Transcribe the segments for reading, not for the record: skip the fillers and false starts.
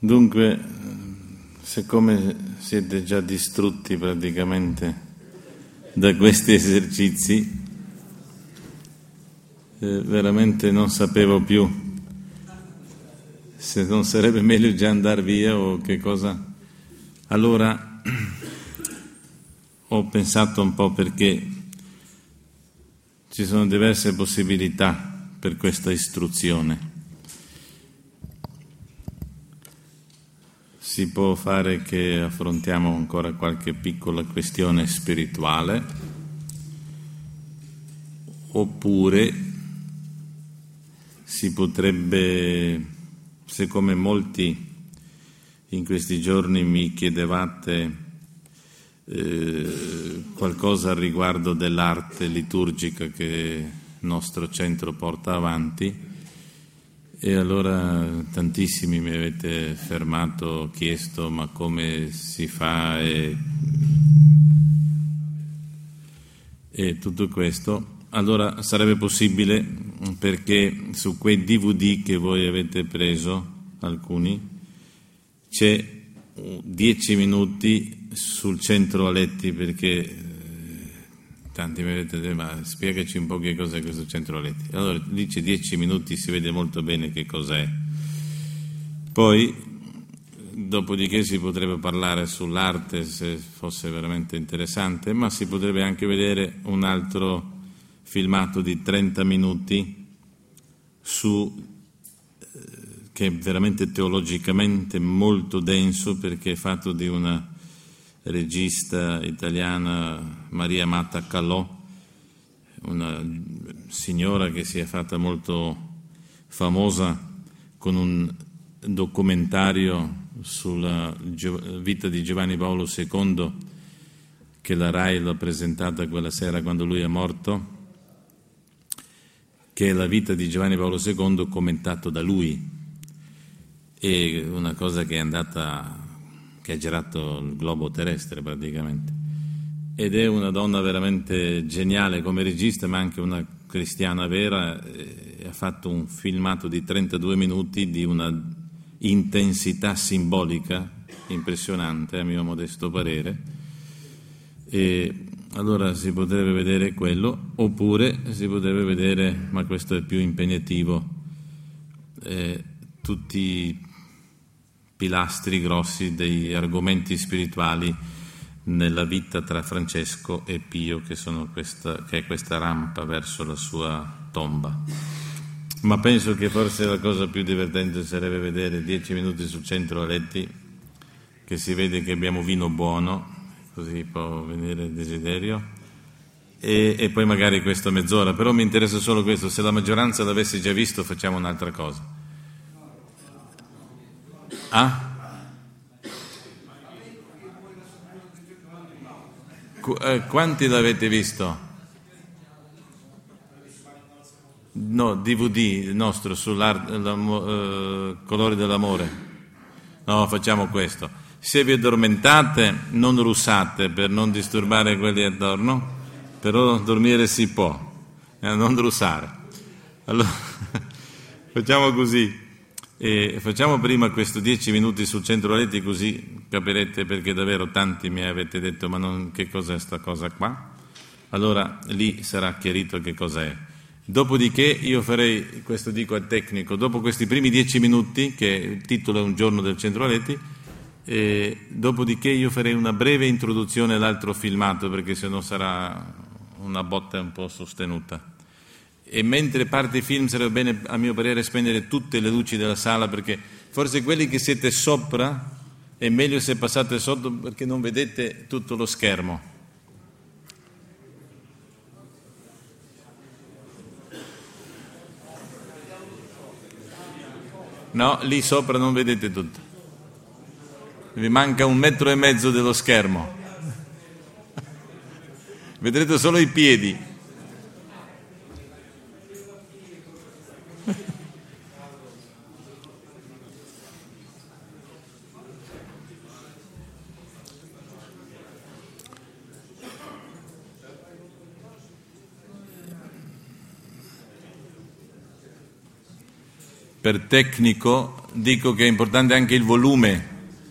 Dunque, siccome siete già distrutti praticamente da questi esercizi, veramente non sapevo più se non sarebbe meglio già andare via o che cosa. Allora ho pensato un po' perché ci sono diverse possibilità per questa istruzione. Si può fare che affrontiamo ancora qualche piccola questione spirituale, oppure si potrebbe, siccome molti in questi giorni mi chiedevate qualcosa al riguardo dell'arte liturgica che il nostro centro porta avanti, e allora tantissimi mi avete fermato, chiesto ma come si fa e tutto questo. Allora sarebbe possibile, perché su quei DVD che voi avete preso, alcuni, c'è 10 minuti sul centro Aletti, perché tanti mi avete detto, ma spiegaci un po' che cos'è questo centro Aletti. Allora lì c'è 10 minuti, si vede molto bene che cos'è. Poi dopodiché si potrebbe parlare sull'arte, se fosse veramente interessante, ma si potrebbe anche vedere un altro filmato di 30 minuti che è veramente teologicamente molto denso, perché è fatto di una regista italiana, Maria Amata Calò, una signora che si è fatta molto famosa con un documentario sulla vita di Giovanni Paolo II, che la Rai l'ha presentata quella sera quando lui è morto, che è la vita di Giovanni Paolo II commentato da lui. È una cosa che ha girato il globo terrestre praticamente, ed è una donna veramente geniale come regista, ma anche una cristiana vera. Ha fatto un filmato di 32 minuti di una intensità simbolica impressionante, a mio modesto parere, e allora si potrebbe vedere quello, oppure si potrebbe vedere, ma questo è più impegnativo, tutti i pilastri grossi degli argomenti spirituali nella vita tra Francesco e Pio, che è questa rampa verso la sua tomba. Ma penso che forse la cosa più divertente sarebbe vedere 10 minuti sul centro Aletti, che si vede che abbiamo vino buono, così può venire il desiderio, e poi magari questa mezz'ora. Però mi interessa solo questo: se la maggioranza l'avesse già visto facciamo un'altra cosa. Quanti l'avete visto? No, DVD nostro Colori dell'amore. No, facciamo questo: se vi addormentate non russate per non disturbare quelli attorno, però dormire si può, non russare. Allora facciamo così. E facciamo prima questo 10 minuti sul centro Aletti, così capirete, perché davvero tanti mi avete detto ma che cos'è sta cosa qua. Allora lì sarà chiarito che cos'è. Dopodiché io farei, questo dico al tecnico, dopo questi primi 10 minuti, che il titolo è Un giorno del centro Aletti, dopodiché io farei una breve introduzione all'altro filmato, perché sennò sarà una botta un po' sostenuta. E mentre parte il film sarebbe bene, a mio parere, spegnere tutte le luci della sala, perché forse quelli che siete sopra è meglio se passate sotto, perché non vedete tutto lo schermo. No, lì sopra non vedete tutto, vi manca 1,5 metri dello schermo, vedrete solo i piedi. Per tecnico dico che è importante anche il volume.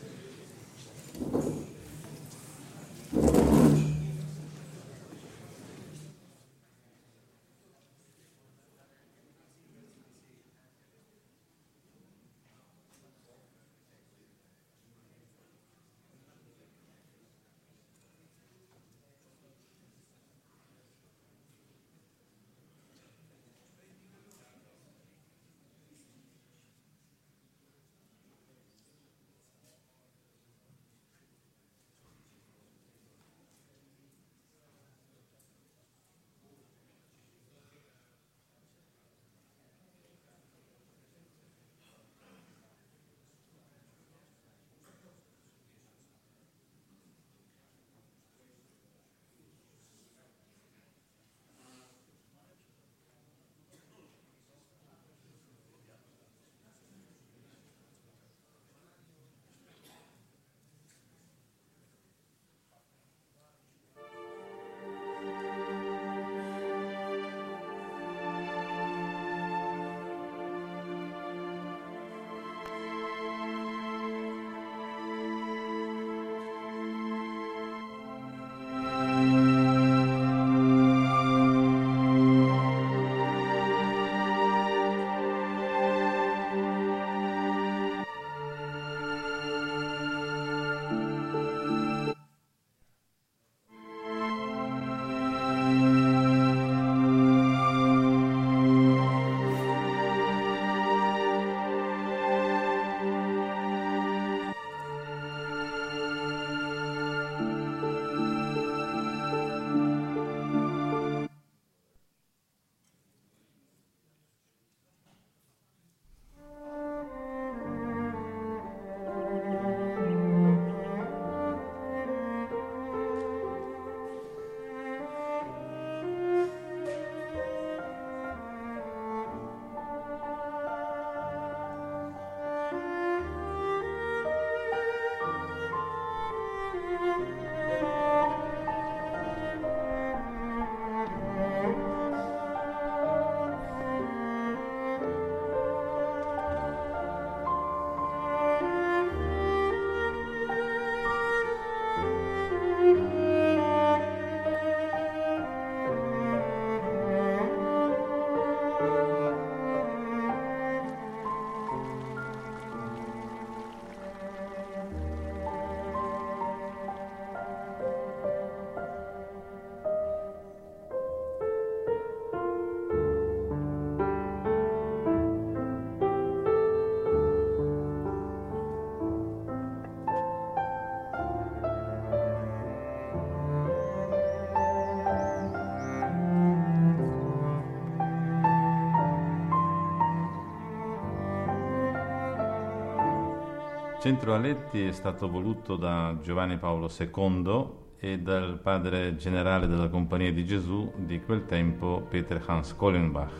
Centro Aletti è stato voluto da Giovanni Paolo II e dal padre generale della Compagnia di Gesù di quel tempo, Peter Hans Kohlenbach.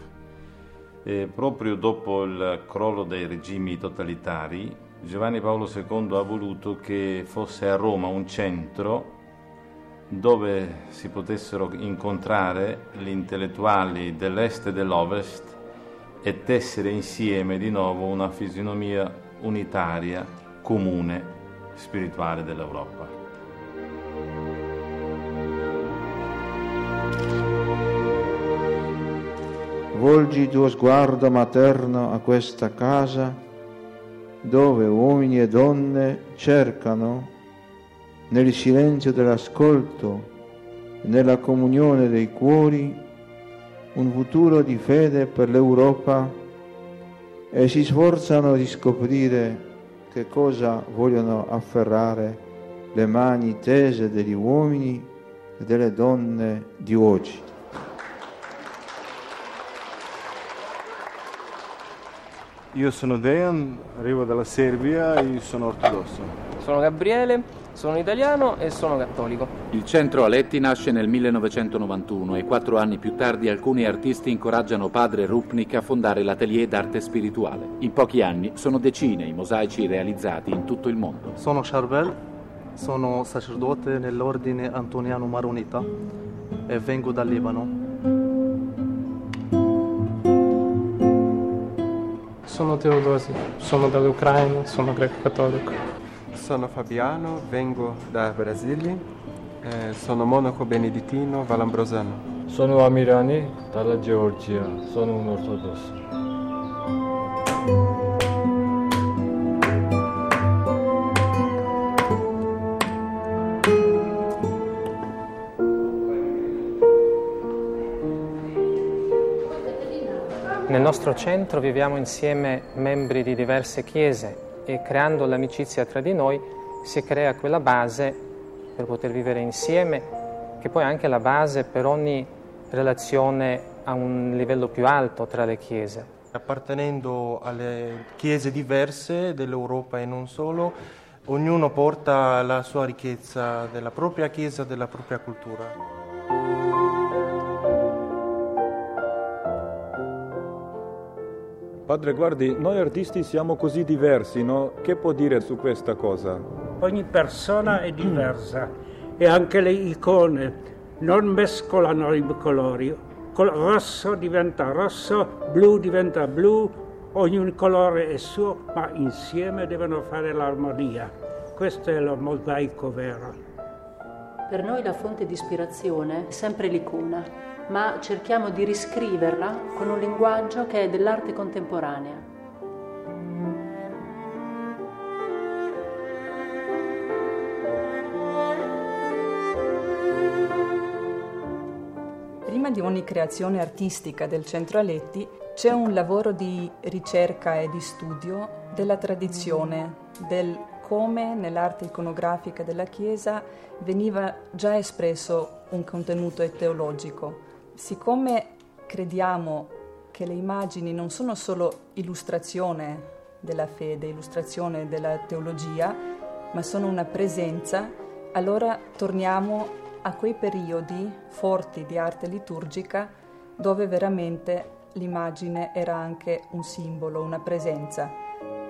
E proprio dopo il crollo dei regimi totalitari, Giovanni Paolo II ha voluto che fosse a Roma un centro dove si potessero incontrare gli intellettuali dell'est e dell'ovest e tessere insieme di nuovo una fisionomia unitaria, comune, spirituale dell'Europa. Volgi il tuo sguardo materno a questa casa dove uomini e donne cercano, nel silenzio dell'ascolto e nella comunione dei cuori, un futuro di fede per l'Europa e si sforzano di scoprire che cosa vogliono afferrare le mani tese degli uomini e delle donne di oggi. Io sono Dejan, arrivo dalla Serbia e sono ortodosso. Sono Gabriele, sono italiano e sono cattolico. Il centro Aletti nasce nel 1991 e 4 anni più tardi alcuni artisti incoraggiano padre Rupnik a fondare l'atelier d'arte spirituale. In pochi anni sono decine i mosaici realizzati in tutto il mondo. Sono Charbel, sono sacerdote nell'ordine antoniano maronita e vengo dal Libano. sono Teodosi, sono dall'Ucraina, sono greco-cattolico. Sono Fabiano, vengo da Brasile, sono monaco benedittino valambrosano. Sono Amirani, dalla Georgia, sono un ortodosso. Nel nostro centro viviamo insieme membri di diverse chiese e creando l'amicizia tra di noi si crea quella base per poter vivere insieme, che poi è anche la base per ogni relazione a un livello più alto tra le chiese. Appartenendo alle chiese diverse dell'Europa e non solo, ognuno porta la sua ricchezza della propria chiesa, della propria cultura. Padre, guardi, noi artisti siamo così diversi, no? Che può dire su questa cosa? Ogni persona è diversa e anche le icone non mescolano i colori. Rosso diventa rosso, blu diventa blu, ogni colore è suo, ma insieme devono fare l'armonia. Questo è lo mosaico vero. Per noi la fonte di ispirazione è sempre l'icona, ma cerchiamo di riscriverla con un linguaggio che è dell'arte contemporanea. Prima di ogni creazione artistica del Centro Aletti c'è un lavoro di ricerca e di studio della tradizione, del come nell'arte iconografica della Chiesa veniva già espresso un contenuto teologico. Siccome crediamo che le immagini non sono solo illustrazione della fede, illustrazione della teologia, ma sono una presenza, allora torniamo a quei periodi forti di arte liturgica dove veramente l'immagine era anche un simbolo, una presenza.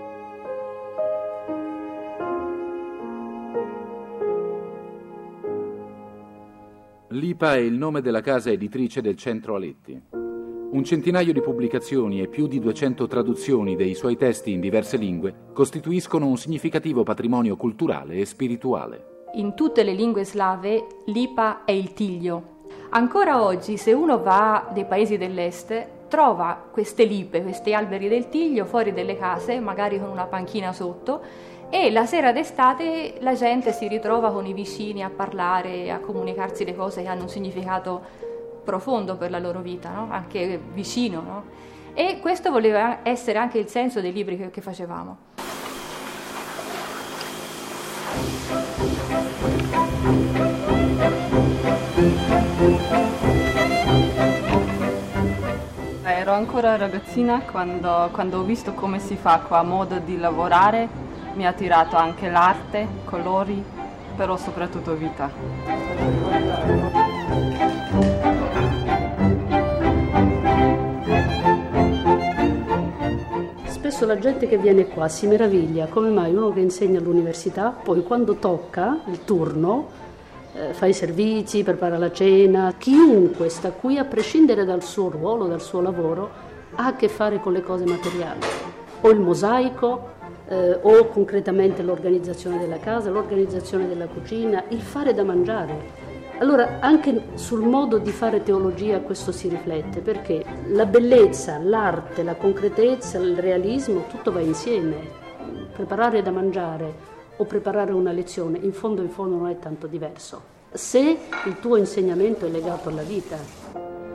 Lipa è il nome della casa editrice del Centro Aletti. Un centinaio di pubblicazioni e più di 200 traduzioni dei suoi testi in diverse lingue costituiscono un significativo patrimonio culturale e spirituale. In tutte le lingue slave, Lipa è il tiglio. Ancora oggi, se uno va nei paesi dell'est, trova queste lipe, questi alberi del tiglio fuori delle case, magari con una panchina sotto, e la sera d'estate la gente si ritrova con i vicini a parlare, a comunicarsi le cose che hanno un significato profondo per la loro vita, no? Anche vicino, no? E questo voleva essere anche il senso dei libri che facevamo. Ero ancora ragazzina quando ho visto come si fa qua, modo di lavorare. Mi ha attirato anche l'arte, colori, però soprattutto vita. Spesso la gente che viene qua si meraviglia come mai uno che insegna all'università, poi quando tocca il turno, fa i servizi, prepara la cena, chiunque sta qui, a prescindere dal suo ruolo, dal suo lavoro, ha a che fare con le cose materiali, o il mosaico, o concretamente l'organizzazione della casa, l'organizzazione della cucina, il fare da mangiare. Allora anche sul modo di fare teologia questo si riflette, perché la bellezza, l'arte, la concretezza, il realismo, tutto va insieme. Preparare da mangiare o preparare una lezione in fondo non è tanto diverso, se il tuo insegnamento è legato alla vita.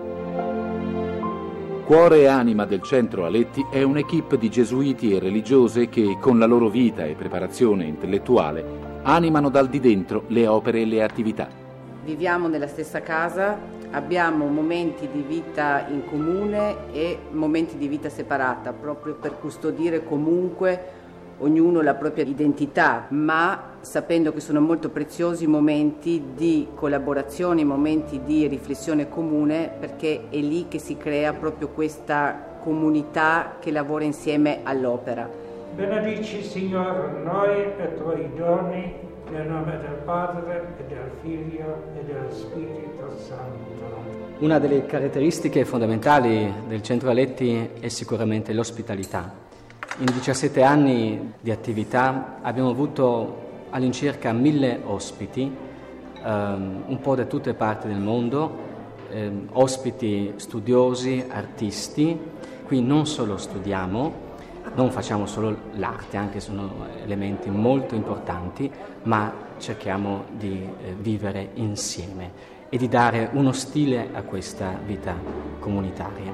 Cuore e anima del Centro Aletti è un'equipe di gesuiti e religiose che, con la loro vita e preparazione intellettuale, animano dal di dentro le opere e le attività. Viviamo nella stessa casa, abbiamo momenti di vita in comune e momenti di vita separata, proprio per custodire comunque ognuno la propria identità, ma sapendo che sono molto preziosi momenti di collaborazione, momenti di riflessione comune, perché è lì che si crea proprio questa comunità che lavora insieme all'opera. Benedici, Signore, noi e i tuoi doni, nel nome del Padre e del Figlio e dello Spirito Santo. Una delle caratteristiche fondamentali del Centro Aletti è sicuramente l'ospitalità. In 17 anni di attività abbiamo avuto all'incirca 1000 ospiti, un po' da tutte le parti del mondo, ospiti studiosi, artisti. Qui non solo studiamo, non facciamo solo l'arte, anche sono elementi molto importanti, ma cerchiamo di vivere insieme e di dare uno stile a questa vita comunitaria.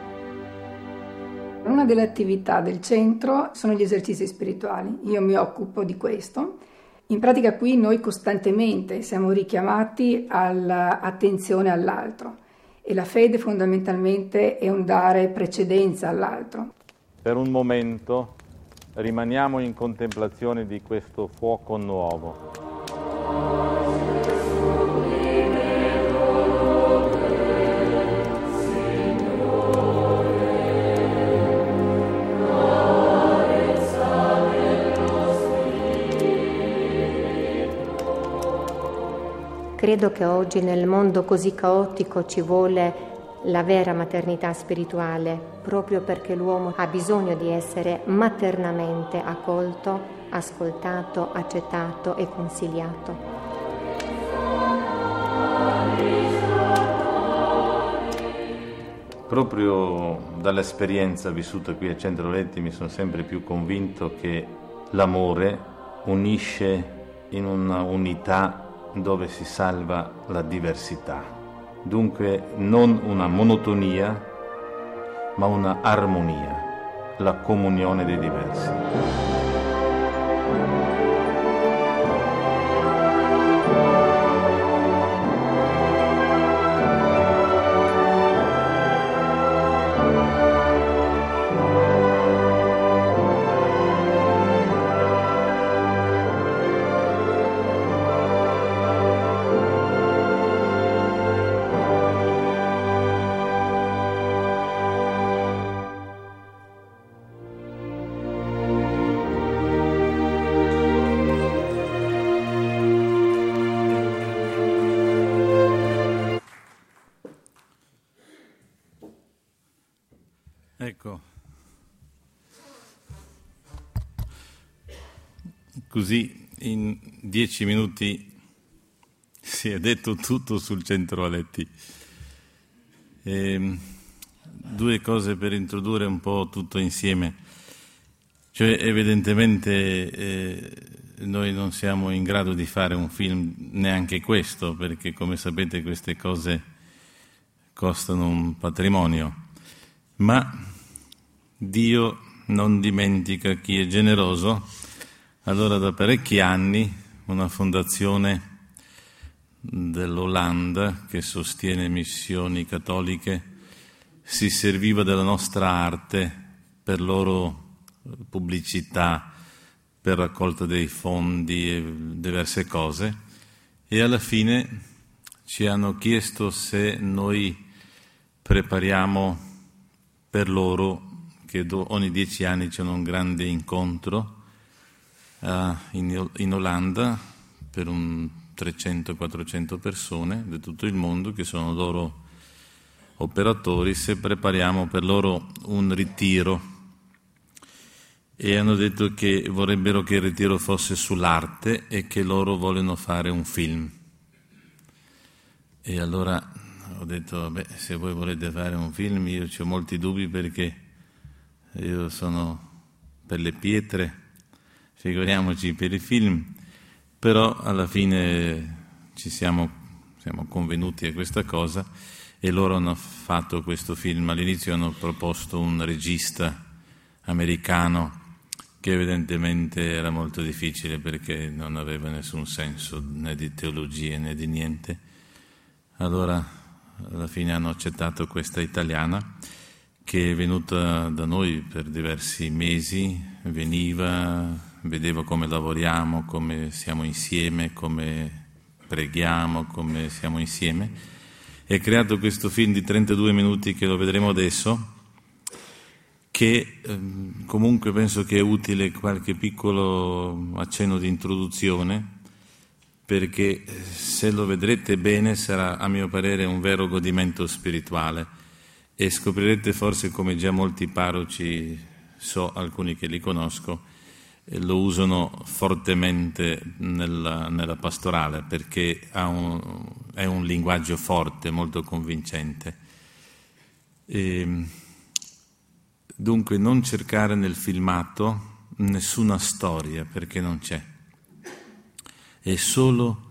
Una delle attività del centro sono gli esercizi spirituali. Io mi occupo di questo. In pratica qui noi costantemente siamo richiamati all'attenzione all'altro e la fede fondamentalmente è un dare precedenza all'altro. Per un momento rimaniamo in contemplazione di questo fuoco nuovo. Credo che oggi nel mondo così caotico ci vuole la vera maternità spirituale, proprio perché l'uomo ha bisogno di essere maternamente accolto, ascoltato, accettato e consigliato. Proprio dall'esperienza vissuta qui a Centro Letti mi sono sempre più convinto che l'amore unisce in una unità dove si salva la diversità. Dunque non una monotonia, ma una armonia, la comunione dei diversi. Ecco, così in 10 minuti si è detto tutto sul Centro Aletti. Due cose per introdurre un po' tutto insieme. Cioè, evidentemente noi non siamo in grado di fare un film, neanche questo, perché come sapete queste cose costano un patrimonio. Ma Dio non dimentica chi è generoso. Allora da parecchi anni una fondazione dell'Olanda che sostiene missioni cattoliche si serviva della nostra arte per loro pubblicità, per raccolta dei fondi e diverse cose, e alla fine ci hanno chiesto se noi prepariamo per loro, che ogni 10 anni c'è un grande incontro in Olanda per un 300-400 persone da tutto il mondo che sono loro operatori, se prepariamo per loro un ritiro, e hanno detto che vorrebbero che il ritiro fosse sull'arte e che loro vogliono fare un film. E allora ho detto, se voi volete fare un film, io ho molti dubbi perché io sono per le pietre, figuriamoci per i film, però alla fine siamo convenuti a questa cosa e loro hanno fatto questo film. All'inizio hanno proposto un regista americano che evidentemente era molto difficile perché non aveva nessun senso né di teologia né di niente. Allora alla fine hanno accettato questa italiana che è venuta da noi per diversi mesi, veniva, vedeva come lavoriamo, come siamo insieme, come preghiamo, come siamo insieme, e ha creato questo film di 32 minuti che lo vedremo adesso, che comunque penso che è utile qualche piccolo accenno di introduzione, perché se lo vedrete bene sarà, a mio parere, un vero godimento spirituale, e scoprirete forse come già molti parroci so alcuni che li conosco, lo usano fortemente nella pastorale, perché è un linguaggio forte, molto convincente. Dunque non cercare nel filmato nessuna storia, perché non c'è. È solo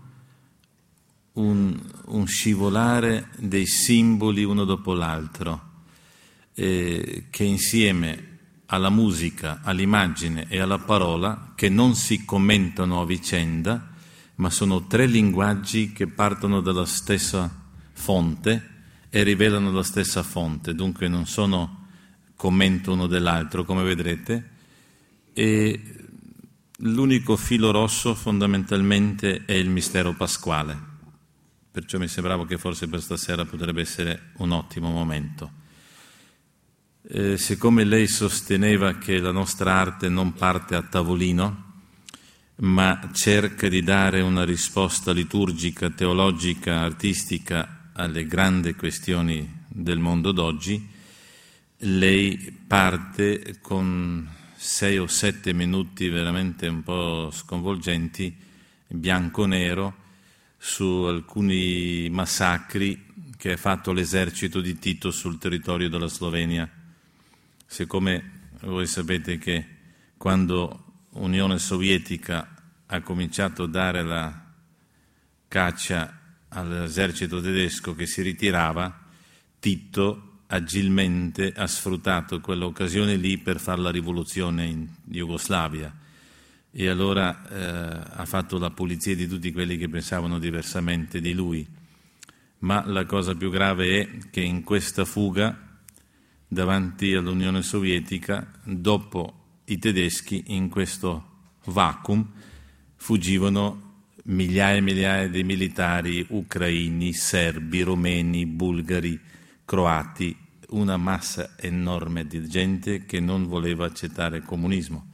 un scivolare dei simboli uno dopo l'altro, che insieme alla musica, all'immagine e alla parola, che non si commentano a vicenda, ma sono tre linguaggi che partono dalla stessa fonte e rivelano la stessa fonte, dunque non sono commento uno dell'altro, come vedrete, e l'unico filo rosso fondamentalmente è il mistero pasquale, perciò mi sembrava che forse per stasera potrebbe essere un ottimo momento. Siccome lei sosteneva che la nostra arte non parte a tavolino, ma cerca di dare una risposta liturgica, teologica, artistica alle grandi questioni del mondo d'oggi, lei parte con 6 o 7 minuti veramente un po' sconvolgenti, bianco-nero, su alcuni massacri che ha fatto l'esercito di Tito sul territorio della Slovenia. Siccome voi sapete che quando l'Unione Sovietica ha cominciato a dare la caccia all'esercito tedesco che si ritirava, Tito agilmente ha sfruttato quell'occasione lì per fare la rivoluzione in Jugoslavia, e allora ha fatto la pulizia di tutti quelli che pensavano diversamente di lui. Ma la cosa più grave è che in questa fuga davanti all'Unione Sovietica, dopo i tedeschi, in questo vacuum fuggivano migliaia e migliaia di militari ucraini, serbi, romeni, bulgari, croati, una massa enorme di gente che non voleva accettare il comunismo.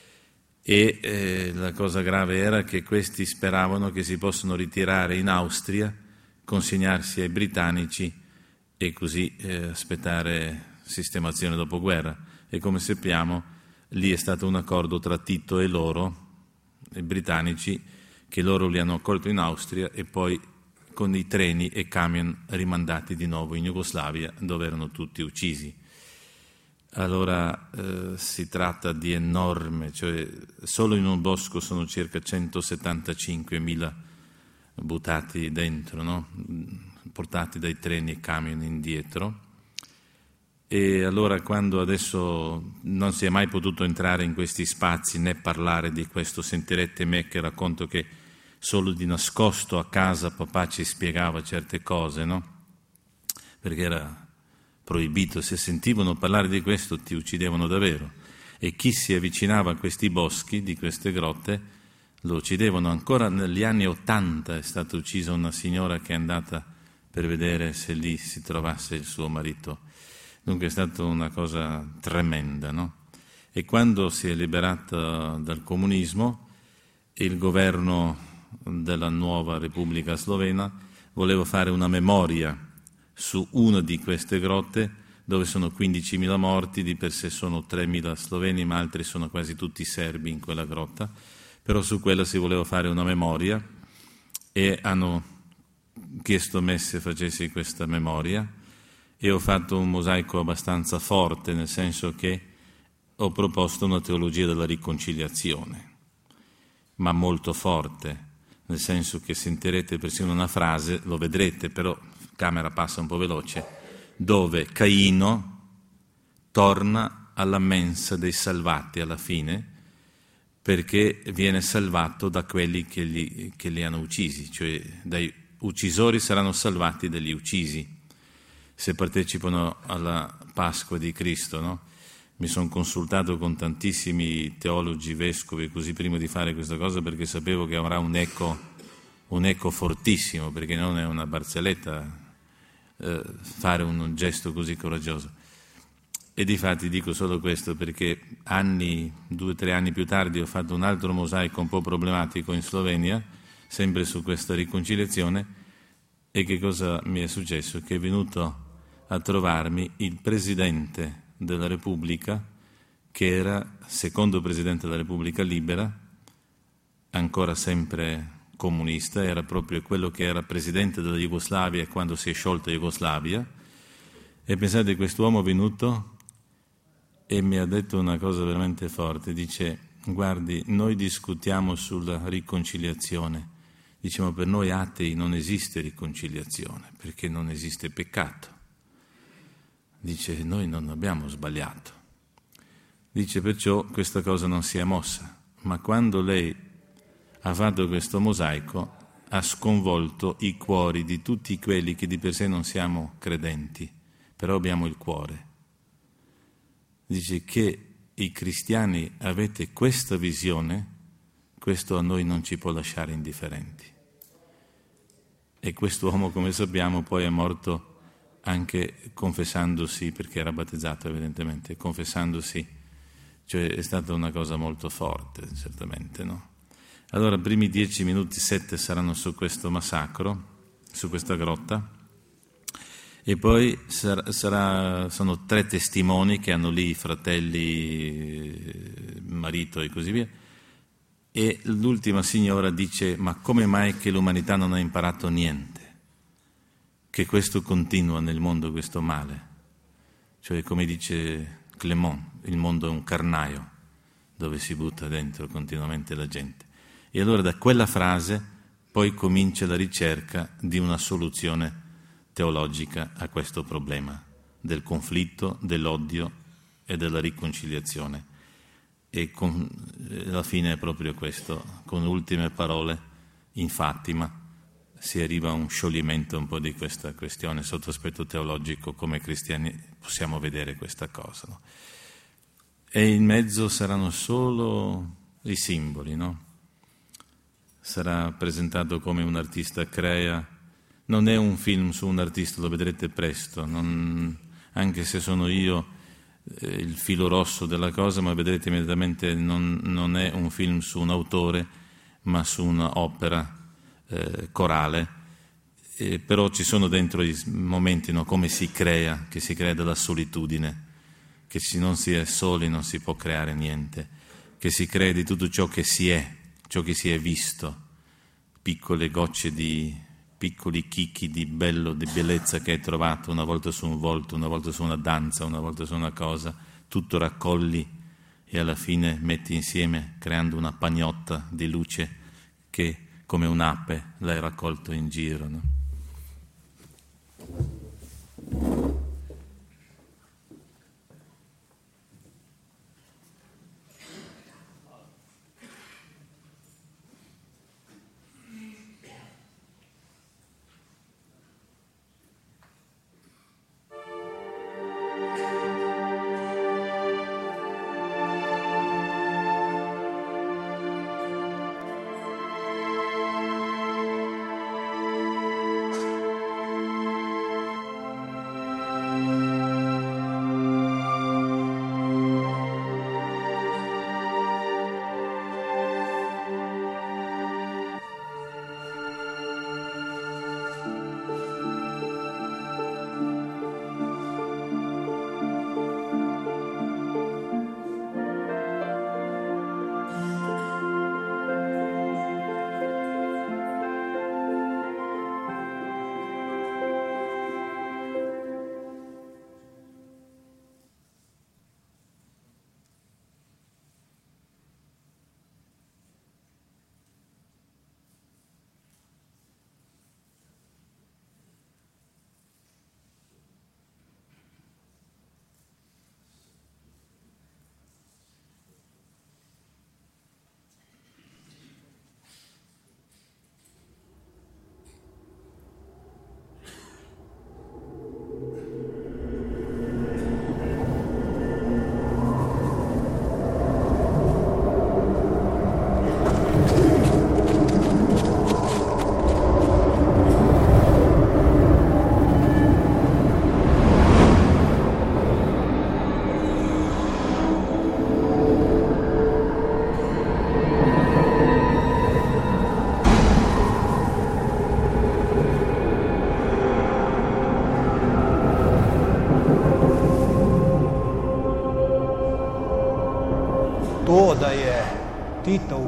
E la cosa grave era che questi speravano che si possano ritirare in Austria, consegnarsi ai britannici e così aspettare sistemazione dopo guerra. E come sappiamo lì è stato un accordo tra Tito e loro, i britannici, che loro li hanno accolto in Austria e poi con i treni e camion rimandati di nuovo in Jugoslavia, dove erano tutti uccisi. Allora si tratta di enorme, cioè solo in un bosco sono circa 175.000 buttati dentro, no? Portati dai treni e camion indietro. E allora, quando adesso non si è mai potuto entrare in questi spazi né parlare di questo, sentirete me che racconto che solo di nascosto a casa papà ci spiegava certe cose, no? Perché era proibito, se sentivano parlare di questo ti uccidevano davvero, e chi si avvicinava a questi boschi, di queste grotte, lo uccidevano. Ancora negli anni '80 è stata uccisa una signora che è andata per vedere se lì si trovasse il suo marito. Dunque è stata una cosa tremenda, no? E quando si è liberata dal comunismo, il governo della nuova Repubblica Slovena voleva fare una memoria su una di queste grotte, dove sono 15.000 morti, di per sé sono 3.000 sloveni, ma altri sono quasi tutti serbi in quella grotta, però su quella si voleva fare una memoria e hanno chiesto a me se facessi questa memoria. E ho fatto un mosaico abbastanza forte, nel senso che ho proposto una teologia della riconciliazione, ma molto forte, nel senso che sentirete persino una frase, lo vedrete, però camera passa un po' veloce, dove Caino torna alla mensa dei salvati alla fine, perché viene salvato da quelli che li hanno uccisi, cioè dai uccisori saranno salvati dagli uccisi. Se partecipano alla Pasqua di Cristo, no? Mi sono consultato con tantissimi teologi, vescovi, così prima di fare questa cosa, perché sapevo che avrà un eco fortissimo, perché non è una barzelletta fare un gesto così coraggioso. E difatti dico solo questo perché 2 o 3 anni più tardi ho fatto un altro mosaico un po' problematico in Slovenia, sempre su questa riconciliazione. E che cosa mi è successo? Che è venuto a trovarmi il Presidente della Repubblica che era secondo presidente della Repubblica Libera, ancora sempre comunista, era proprio quello che era presidente della Jugoslavia quando si è sciolta Jugoslavia. E pensate, quest'uomo è venuto e mi ha detto una cosa veramente forte, dice: guardi, noi discutiamo sulla riconciliazione, diciamo per noi atei non esiste riconciliazione perché non esiste peccato. Dice, noi non abbiamo sbagliato. Dice, perciò questa cosa non si è mossa, ma quando lei ha fatto questo mosaico ha sconvolto i cuori di tutti quelli che di per sé non siamo credenti, però abbiamo il cuore. Dice che i cristiani avete questa visione, questo a noi non ci può lasciare indifferenti. E quest'uomo, come sappiamo, poi è morto anche confessandosi, perché era battezzato evidentemente, confessandosi, cioè è stata una cosa molto forte, certamente, no? Allora, i primi 10 minuti, 7 saranno su questo massacro, su questa grotta, e poi sono 3 testimoni che hanno lì i fratelli, marito e così via, e l'ultima signora dice: ma come mai che l'umanità non ha imparato niente? Che questo continua nel mondo, questo male. Cioè, come dice Clément, il mondo è un carnaio dove si butta dentro continuamente la gente. E allora da quella frase poi comincia la ricerca di una soluzione teologica a questo problema del conflitto, dell'odio e della riconciliazione. E alla fine è proprio questo, con le ultime parole in Fatima si arriva a un scioglimento un po' di questa questione sotto aspetto teologico, come cristiani possiamo vedere questa cosa, no? E in mezzo saranno solo i simboli, no? Sarà presentato come un artista crea. Non è un film su un artista, lo vedrete presto, anche se sono io il filo rosso della cosa, ma vedrete immediatamente non è un film su un autore, ma su un'opera corale, però ci sono dentro i momenti, no, come si crea, che si crea dalla solitudine, che se non si è soli non si può creare niente, che si crea di tutto ciò che si è visto, piccole gocce di piccoli chicchi di bello, di bellezza che hai trovato una volta su un volto, una volta su una danza, una volta su una cosa, tutto raccogli e alla fine metti insieme creando una pagnotta di luce che come un'ape l'hai raccolto in giro, no?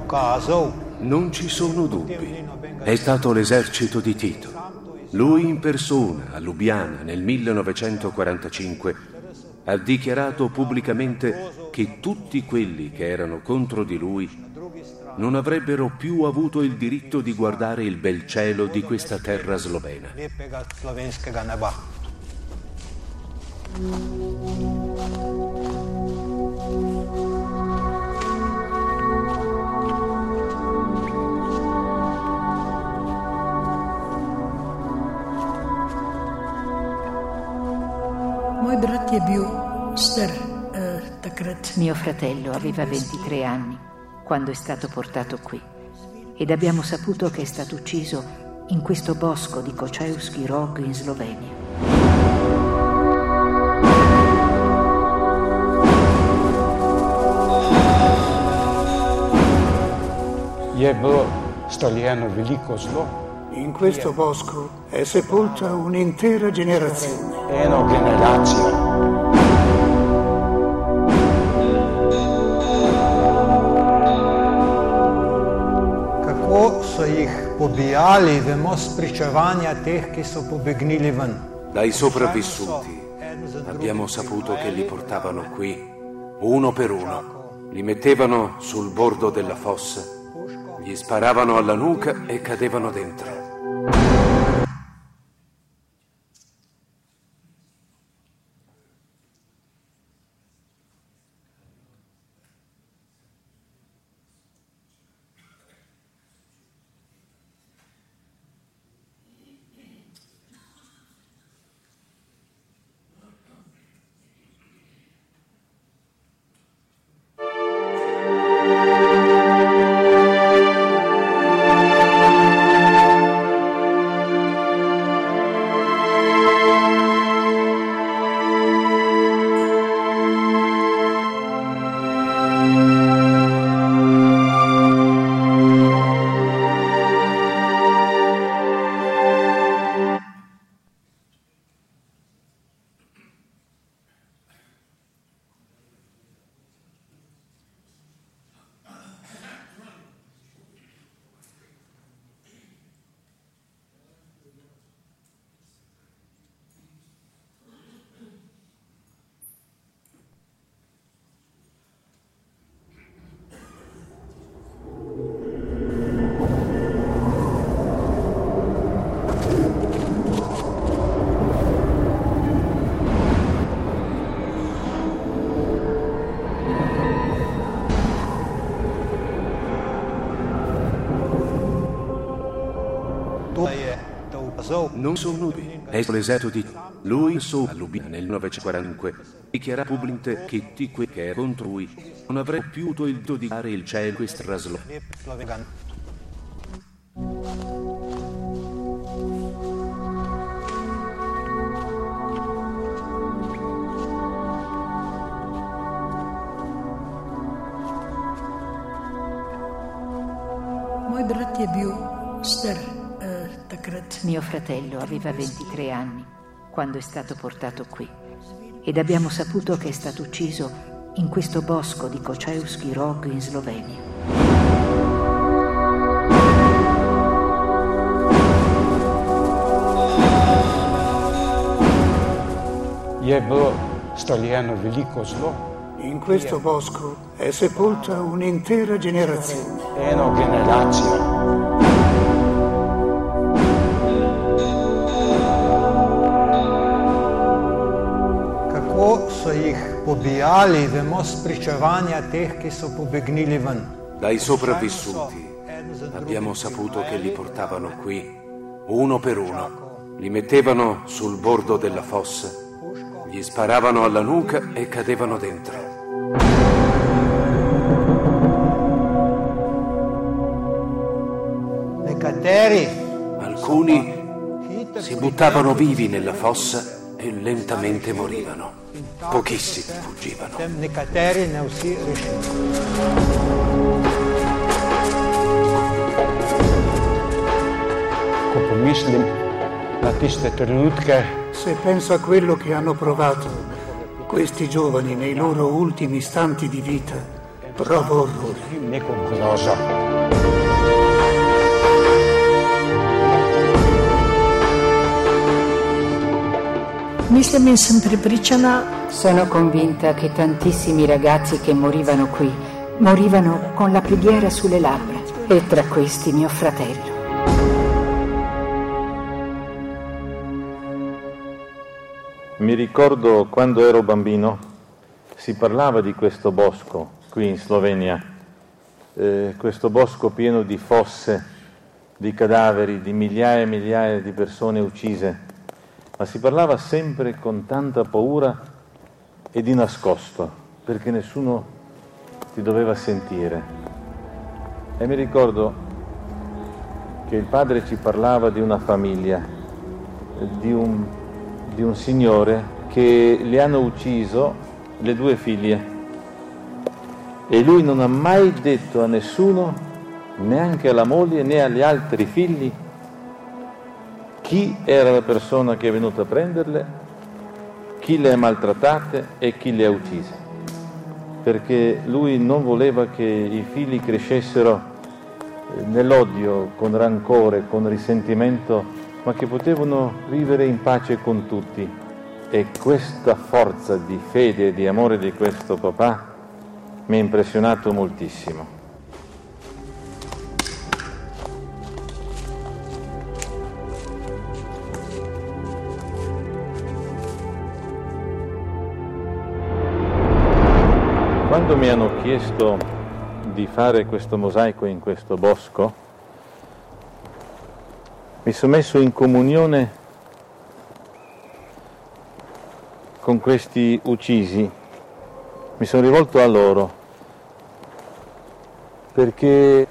Non ci sono dubbi. È stato l'esercito di Tito. Lui in persona, a Lubiana, nel 1945, ha dichiarato pubblicamente che tutti quelli che erano contro di lui non avrebbero più avuto il diritto di guardare il bel cielo di questa terra slovena. Mio fratello aveva 23 anni quando è stato portato qui ed abbiamo saputo che è stato ucciso in questo bosco di Kočevski Rog in Slovenia. Je bilo stoljeno veliko zlo. In questo bosco è sepolta un'intera generazione. Eno generacija. Kako so jih pobijali, vemo spričevanja teh, ki so pobegnili ven. Dai sopravvissuti abbiamo saputo che li portavano qui, uno per uno. Li mettevano sul bordo della fossa, gli sparavano alla nuca e cadevano dentro. Non sono nubi, è l'esercito di lui su a Lubiana nel 1945 dichiara pubblicamente che tutti quelli che erano contro lui non avrebbero più avuto il diritto di dare il cielo questa raslo. Moj brat je bil star. Mio fratello aveva 23 anni quando è stato portato qui ed abbiamo saputo che è stato ucciso in questo bosco di Kočevski Rog in Slovenia. Je bilo stoljeno veliko zlo. In questo bosco è sepolta un'intera generazione. Eno generacija. So jih pobijali, vemo spričevanja teh, ki so pobegnili ven. Dai sopravvissuti abbiamo saputo che li portavano qui, uno per uno. Li mettevano sul bordo della fossa, gli sparavano alla nuca e cadevano dentro. Alcuni si buttavano vivi nella fossa e lentamente morivano. Pochissimi fuggivano. Nekateri ne vsi rešili. Ko pomislim na tiste trenutke, se penso a quello che hanno provato questi giovani nei loro ultimi istanti di vita, Provo orrore. Nekom groza. Mislim in sem prepričana. Sono convinta che tantissimi ragazzi che morivano qui morivano con la preghiera sulle labbra, e tra questi mio fratello. Mi ricordo quando ero bambino si parlava di questo bosco qui in Slovenia, questo bosco pieno di fosse, di cadaveri, di migliaia e migliaia di persone uccise, ma si parlava sempre con tanta paura e di nascosto, perché nessuno ti doveva sentire. E mi ricordo che il padre ci parlava di una famiglia, di un signore che le hanno ucciso le 2 figlie, e lui non ha mai detto a nessuno, neanche alla moglie né agli altri figli, chi era la persona che è venuta a prenderle, chi le ha maltrattate e chi le ha uccise, perché lui non voleva che i figli crescessero nell'odio, con rancore, con risentimento, ma che potevano vivere in pace con tutti. E questa forza di fede e di amore di questo papà mi ha impressionato moltissimo. Quando mi hanno chiesto di fare questo mosaico in questo bosco, mi sono messo in comunione con questi uccisi, mi sono rivolto a loro, perché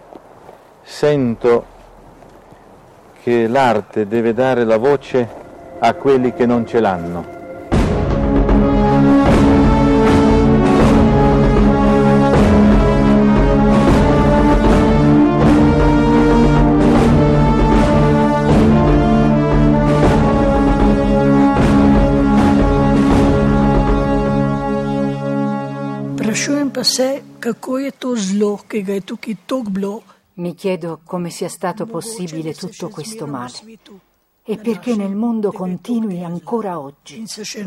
sento che l'arte deve dare la voce a quelli che non ce l'hanno. Mi chiedo come sia stato possibile tutto questo male e perché nel mondo continui ancora oggi.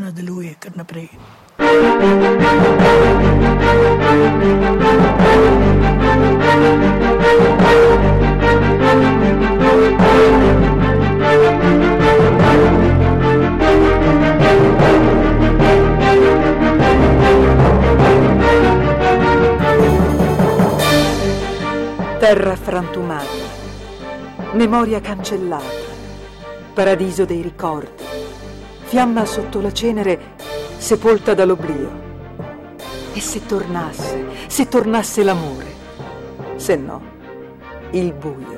Terra frantumata, memoria cancellata, paradiso dei ricordi, fiamma sotto la cenere sepolta dall'oblio. E se tornasse l'amore, se no, il buio.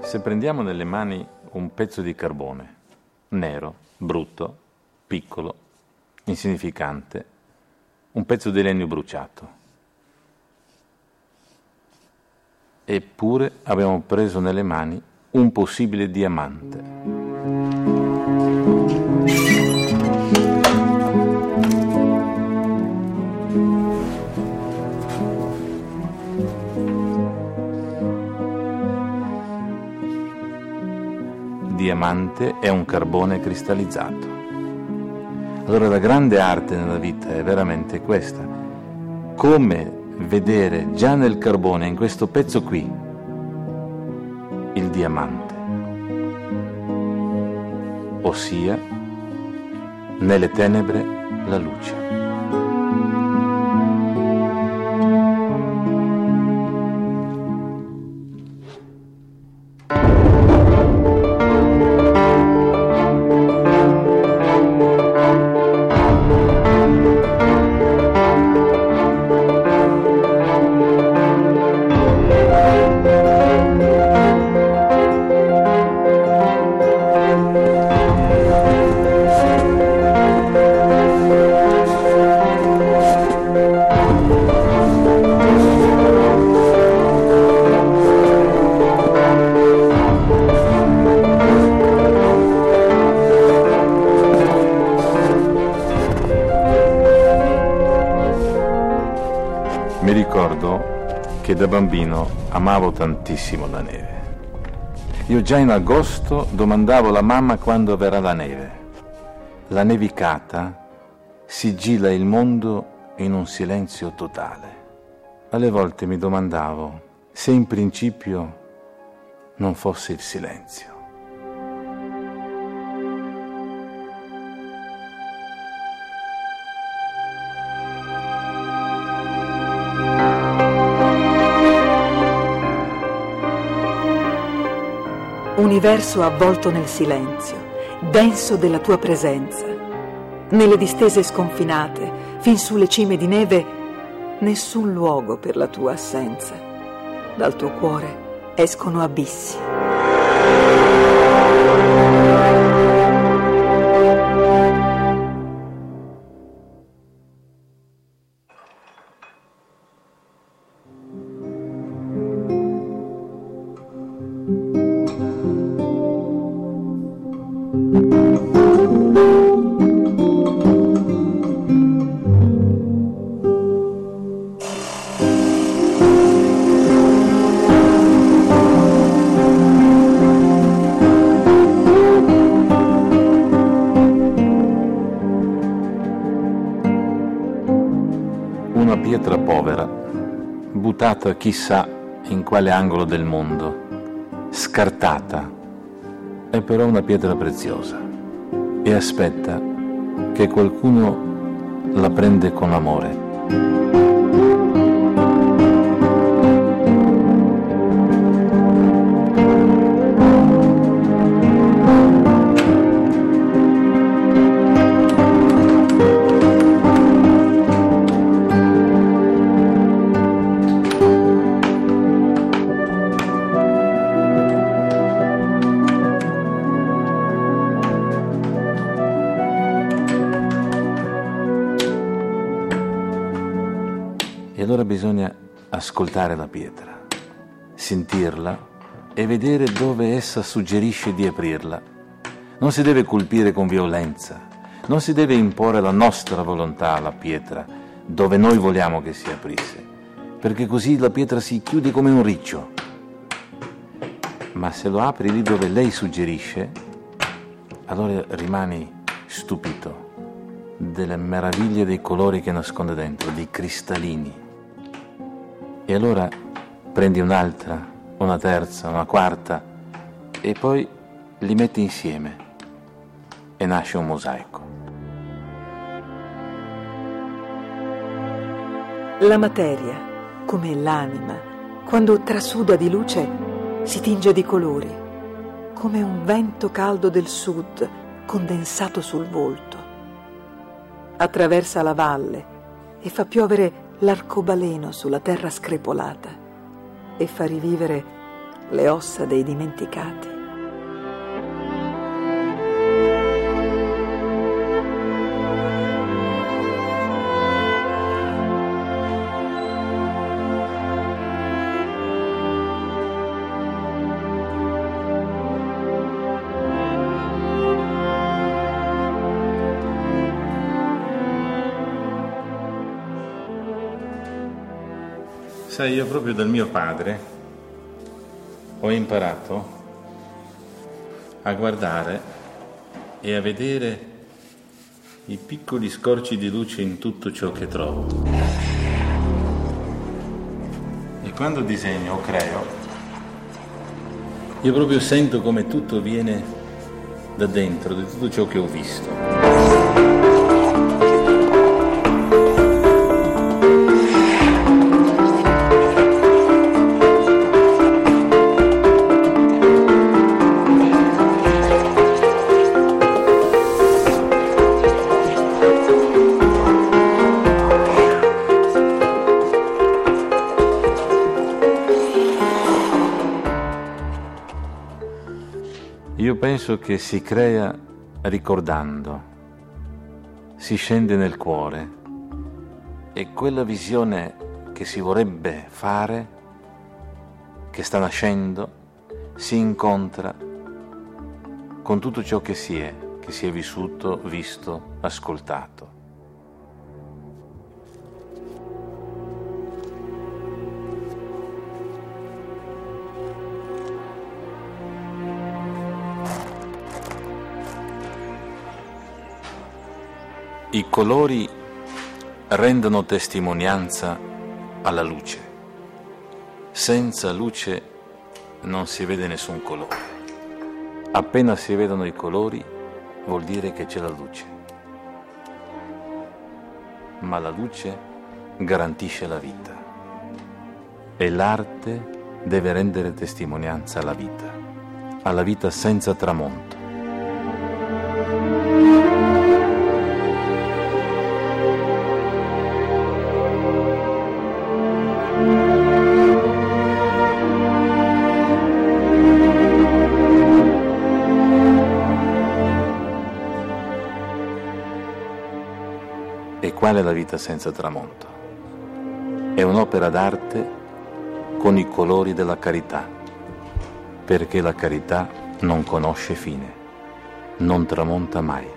Se prendiamo nelle mani un pezzo di carbone, nero, brutto, piccolo, insignificante, un pezzo di legno bruciato, eppure abbiamo preso nelle mani un possibile diamante. Diamante è un carbone cristallizzato. Allora la grande arte nella vita è veramente questa: come vedere già nel carbone, in questo pezzo qui, il diamante, ossia nelle tenebre la luce. Mi ricordo che da bambino amavo tantissimo la neve. Io già in agosto domandavo alla mamma quando verrà la neve. La nevicata sigilla il mondo in un silenzio totale. Alle volte mi domandavo se in principio non fosse il silenzio. Universo avvolto nel silenzio, denso della tua presenza. Nelle distese sconfinate, fin sulle cime di neve, nessun luogo per la tua assenza. Dal tuo cuore escono abissi. Una pietra povera, buttata chissà in quale angolo del mondo, scartata, è però una pietra preziosa e aspetta che qualcuno la prende con amore. E allora bisogna ascoltare la pietra, sentirla e vedere dove essa suggerisce di aprirla. Non si deve colpire con violenza, non si deve imporre la nostra volontà alla pietra dove noi vogliamo che si aprisse, perché così la pietra si chiude come un riccio. Ma se lo apri lì dove lei suggerisce, allora rimani stupito delle meraviglie dei colori che nasconde dentro, dei cristallini. E allora prendi un'altra, una terza, una quarta e poi li metti insieme e nasce un mosaico. La materia, come l'anima, quando trasuda di luce, si tinge di colori, come un vento caldo del sud condensato sul volto. Attraversa la valle e fa piovere l'arcobaleno sulla terra screpolata e fa rivivere le ossa dei dimenticati. Sai, io proprio dal mio padre ho imparato a guardare e a vedere i piccoli scorci di luce in tutto ciò che trovo. E quando disegno o creo, io proprio sento come tutto viene da dentro, di tutto ciò che ho visto. Io penso che si crea ricordando, si scende nel cuore e quella visione che si vorrebbe fare, che sta nascendo, si incontra con tutto ciò che si è vissuto, visto, ascoltato. I colori rendono testimonianza alla luce. Senza luce non si vede nessun colore. Appena si vedono i colori vuol dire che c'è la luce. Ma la luce garantisce la vita. E l'arte deve rendere testimonianza alla vita senza tramonto. E qual è la vita senza tramonto? È un'opera d'arte con i colori della carità, perché la carità non conosce fine, non tramonta mai.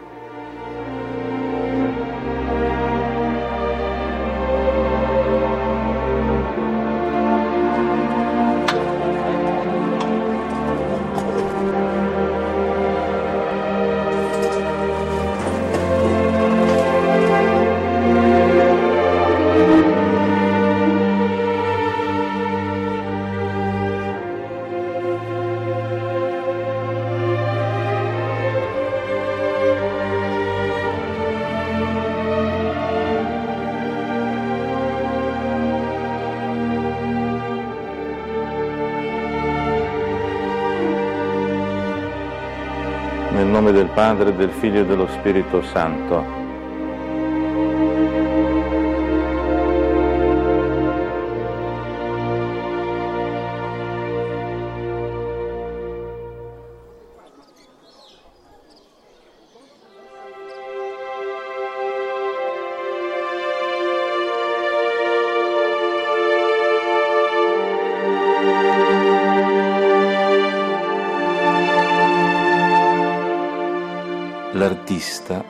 Nel nome del Padre, del Figlio e dello Spirito Santo. L'artista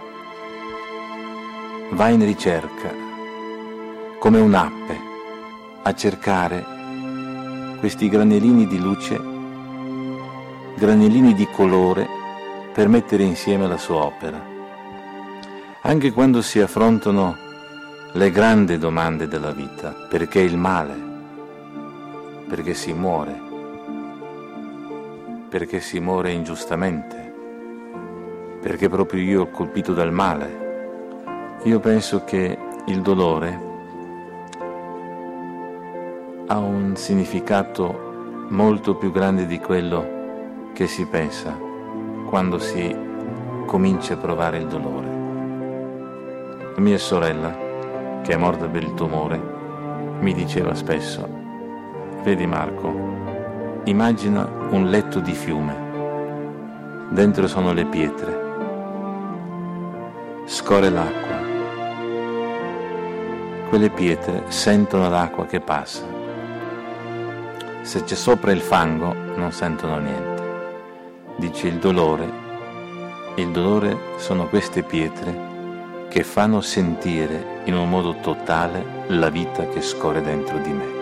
va in ricerca, come un'ape, a cercare questi granellini di luce, granellini di colore per mettere insieme la sua opera. Anche quando si affrontano le grandi domande della vita, perché il male, perché si muore ingiustamente, perché proprio io ho colpito dal male. Io penso che il dolore ha un significato molto più grande di quello che si pensa quando si comincia a provare il dolore. Mia sorella, che è morta per il tumore, mi diceva spesso: vedi Marco, Immagina un letto di fiume, dentro sono le pietre, scorre l'acqua, quelle pietre sentono l'acqua che passa, se c'è sopra il fango non sentono niente. Dice il dolore sono queste pietre che fanno sentire in un modo totale la vita che scorre dentro di me.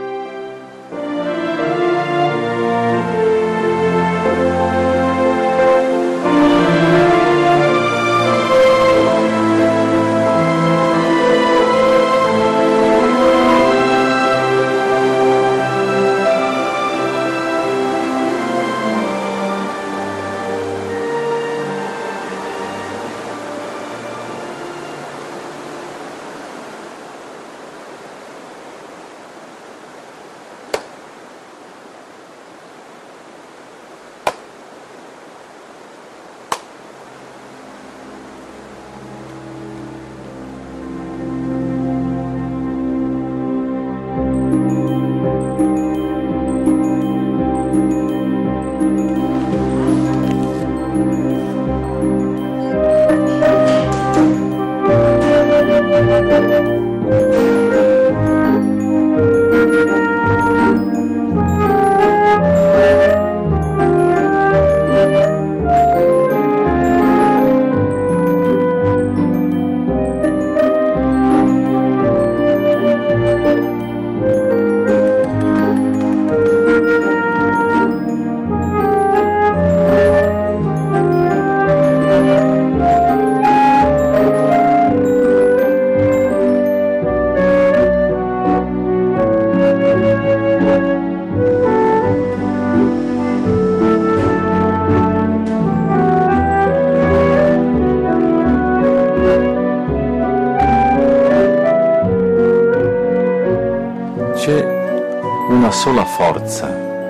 Sola forza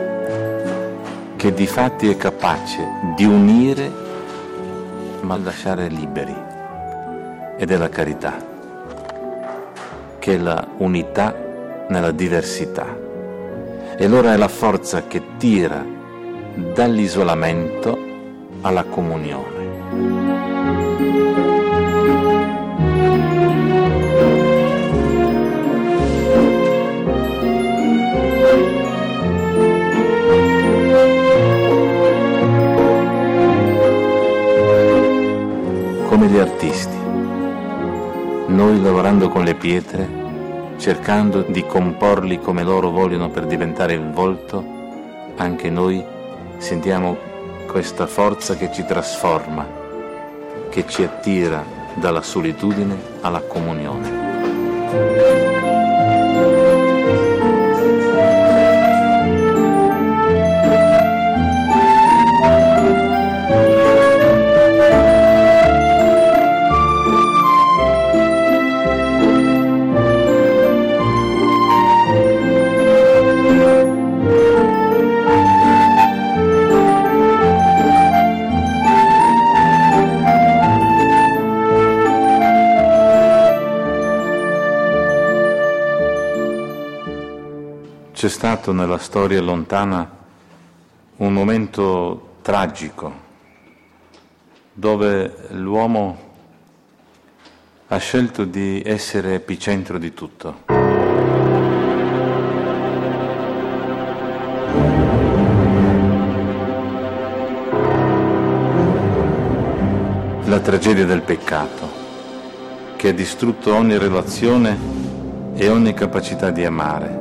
che di fatti è capace di unire ma lasciare liberi, ed è la carità, che è la unità nella diversità, e allora è la forza che tira dall'isolamento alla comunione. Come gli artisti, noi lavorando con le pietre, cercando di comporli come loro vogliono per diventare il volto, anche noi sentiamo questa forza che ci trasforma, che ci attira dalla solitudine alla comunione. C'è stato nella storia lontana un momento tragico dove l'uomo ha scelto di essere epicentro di tutto. La tragedia del peccato, che ha distrutto ogni relazione e ogni capacità di amare.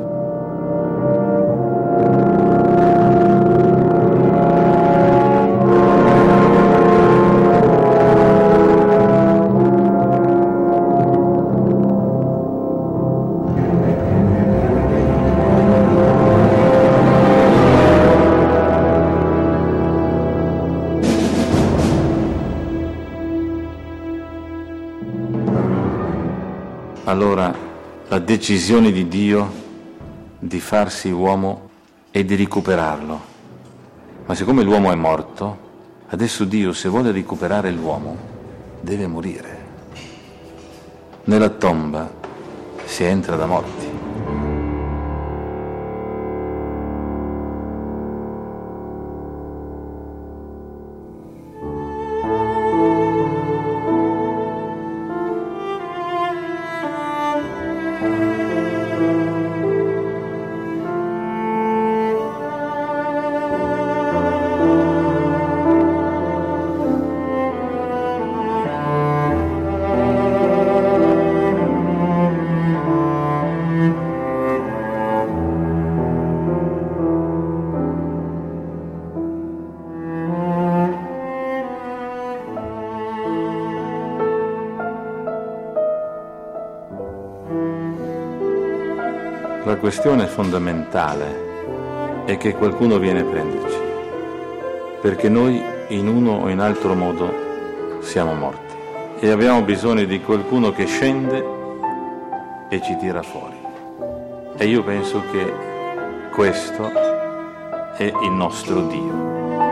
Allora la decisione di Dio di farsi uomo e di recuperarlo. Ma siccome l'uomo è morto, adesso Dio, se vuole recuperare l'uomo, deve morire. Nella tomba si entra da morti. La questione fondamentale è che qualcuno viene a prenderci, perché noi in uno o in altro modo siamo morti e abbiamo bisogno di qualcuno che scende e ci tira fuori. E io penso che questo è il nostro Dio.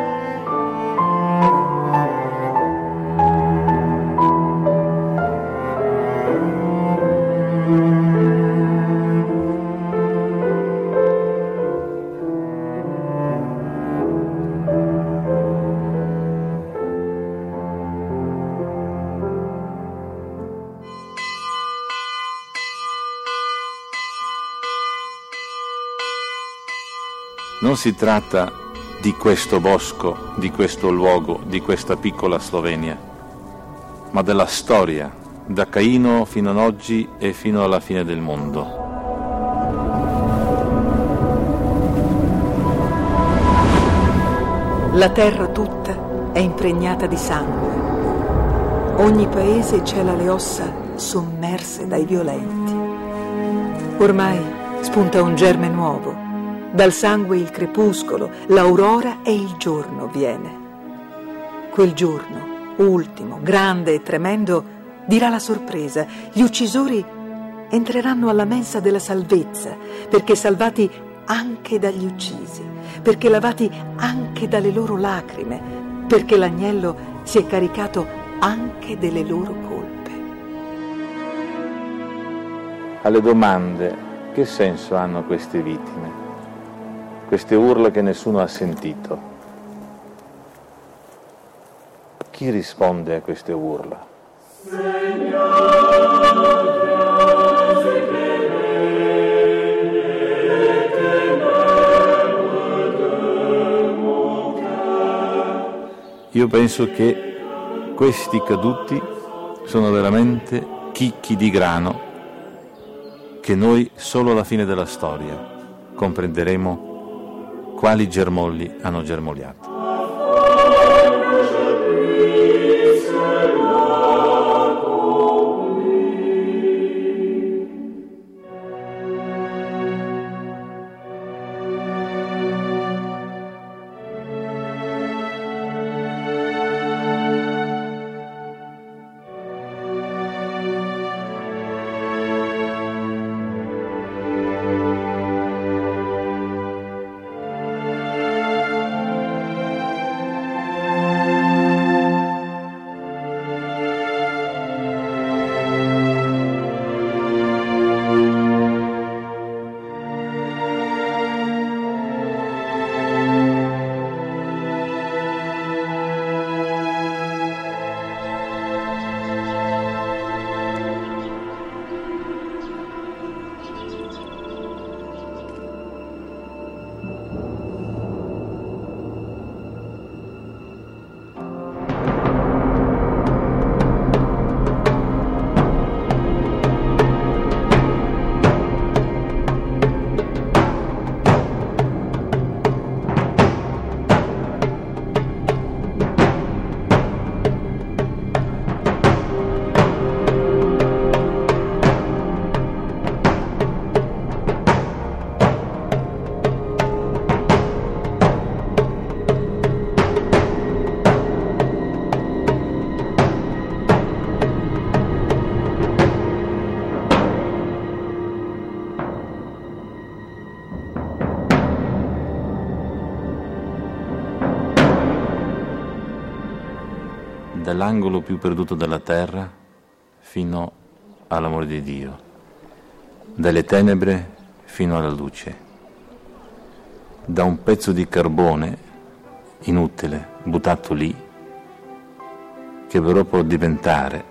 Non si tratta di questo bosco, di questo luogo, di questa piccola Slovenia, ma della storia, da Caino fino ad oggi e fino alla fine del mondo. La terra tutta è impregnata di sangue. Ogni paese cela le ossa sommerse dai violenti. Ormai spunta un germe nuovo. Dal sangue il crepuscolo, l'aurora e il giorno viene. Quel giorno, ultimo, grande e tremendo, dirà la sorpresa. Gli uccisori entreranno alla mensa della salvezza, perché salvati anche dagli uccisi, perché lavati anche dalle loro lacrime, perché l'agnello si è caricato anche delle loro colpe. Alle domande: che senso hanno queste vittime? Queste urla che nessuno ha sentito. Chi risponde a queste urla? Io penso che questi caduti sono veramente chicchi di grano che noi solo alla fine della storia comprenderemo quali germogli hanno germogliato. Dall'angolo più perduto della terra fino all'amore di Dio, dalle tenebre fino alla luce, da un pezzo di carbone inutile buttato lì che però può diventare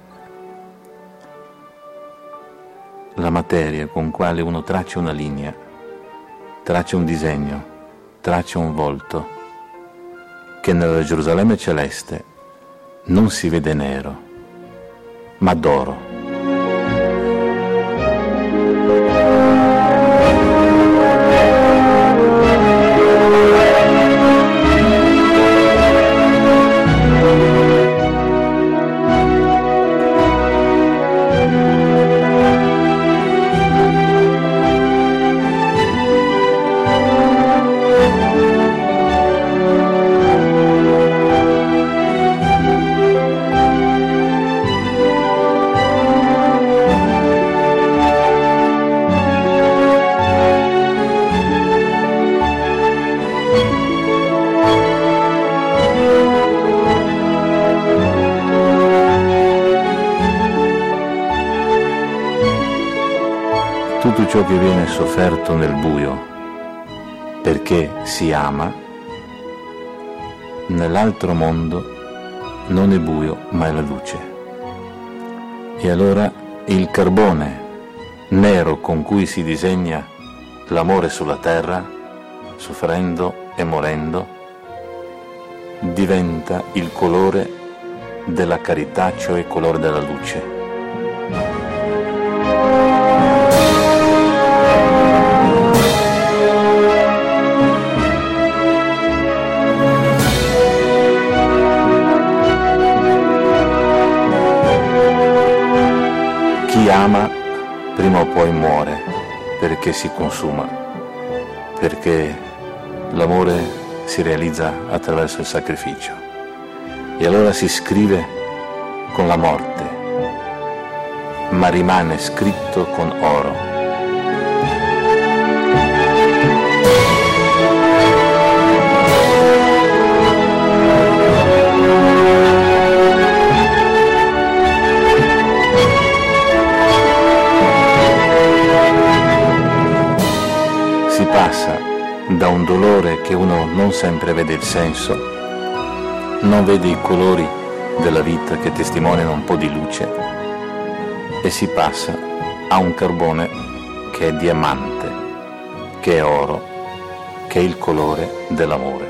la materia con quale uno traccia una linea, traccia un disegno, traccia un volto che nella Gerusalemme celeste non si vede nero, ma d'oro. tutto ciò che viene sofferto nel buio perché si ama, nell'altro mondo non è buio ma è la luce. E allora il carbone nero con cui si disegna l'amore sulla terra, soffrendo e morendo, diventa il colore della carità, cioè il colore della luce. Chi ama prima o poi muore perché si consuma, perché l'amore si realizza attraverso il sacrificio. E allora si scrive con la morte, ma rimane scritto con oro. Si passa da un dolore che uno non sempre vede il senso, non vede i colori della vita che testimoniano un po' di luce, e si passa a un carbone che è diamante, che è oro, che è il colore dell'amore.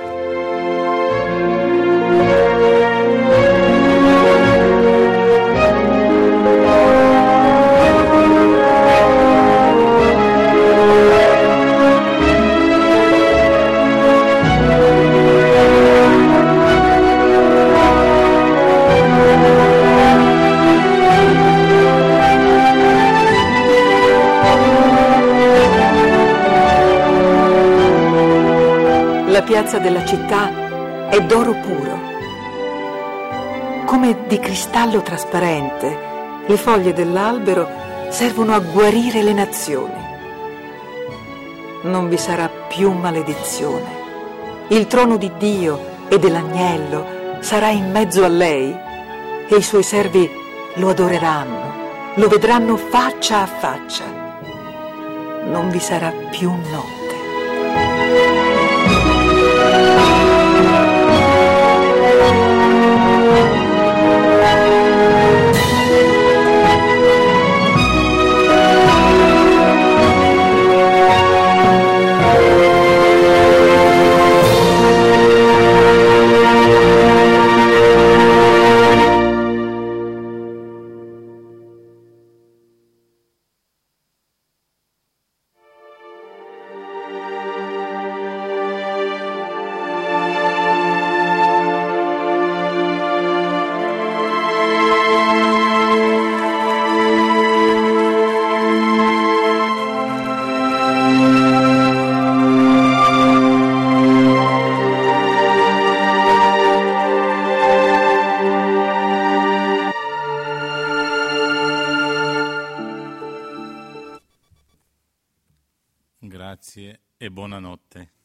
La piazza della città è d'oro puro, come di cristallo trasparente. Le foglie dell'albero servono a guarire le nazioni. Non vi sarà più maledizione. Il trono di Dio e dell'agnello sarà in mezzo a lei e i suoi servi lo adoreranno, lo vedranno faccia a faccia. Non vi sarà più notte. Grazie e buonanotte.